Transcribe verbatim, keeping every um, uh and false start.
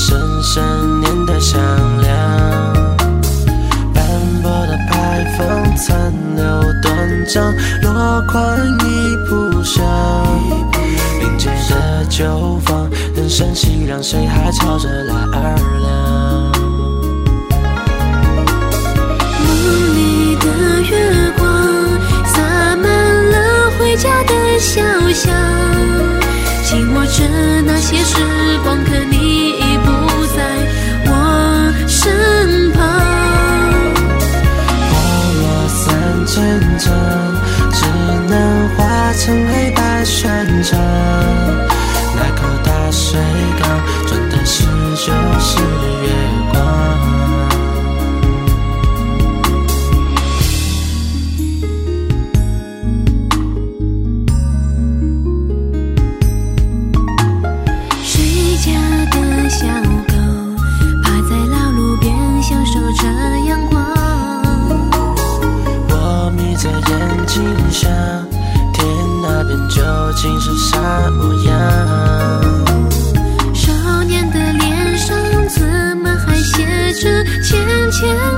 深深念的响亮。斑驳的牌坊残留断章，落款已不详。临街的酒坊，人生熙攘，谁还吵着拉二两？ 梦里的月光，洒满了回家的小巷。紧握着那些时光，可你已不在我身旁。 花落三千丈，只能化成黑白宣纸。那口大水缸，装的是就是月光。 谁家的小狗，趴在老路边享受着阳光。 我眯着眼睛想，天那边究竟是啥模样？ 少年的脸上怎么还写着浅浅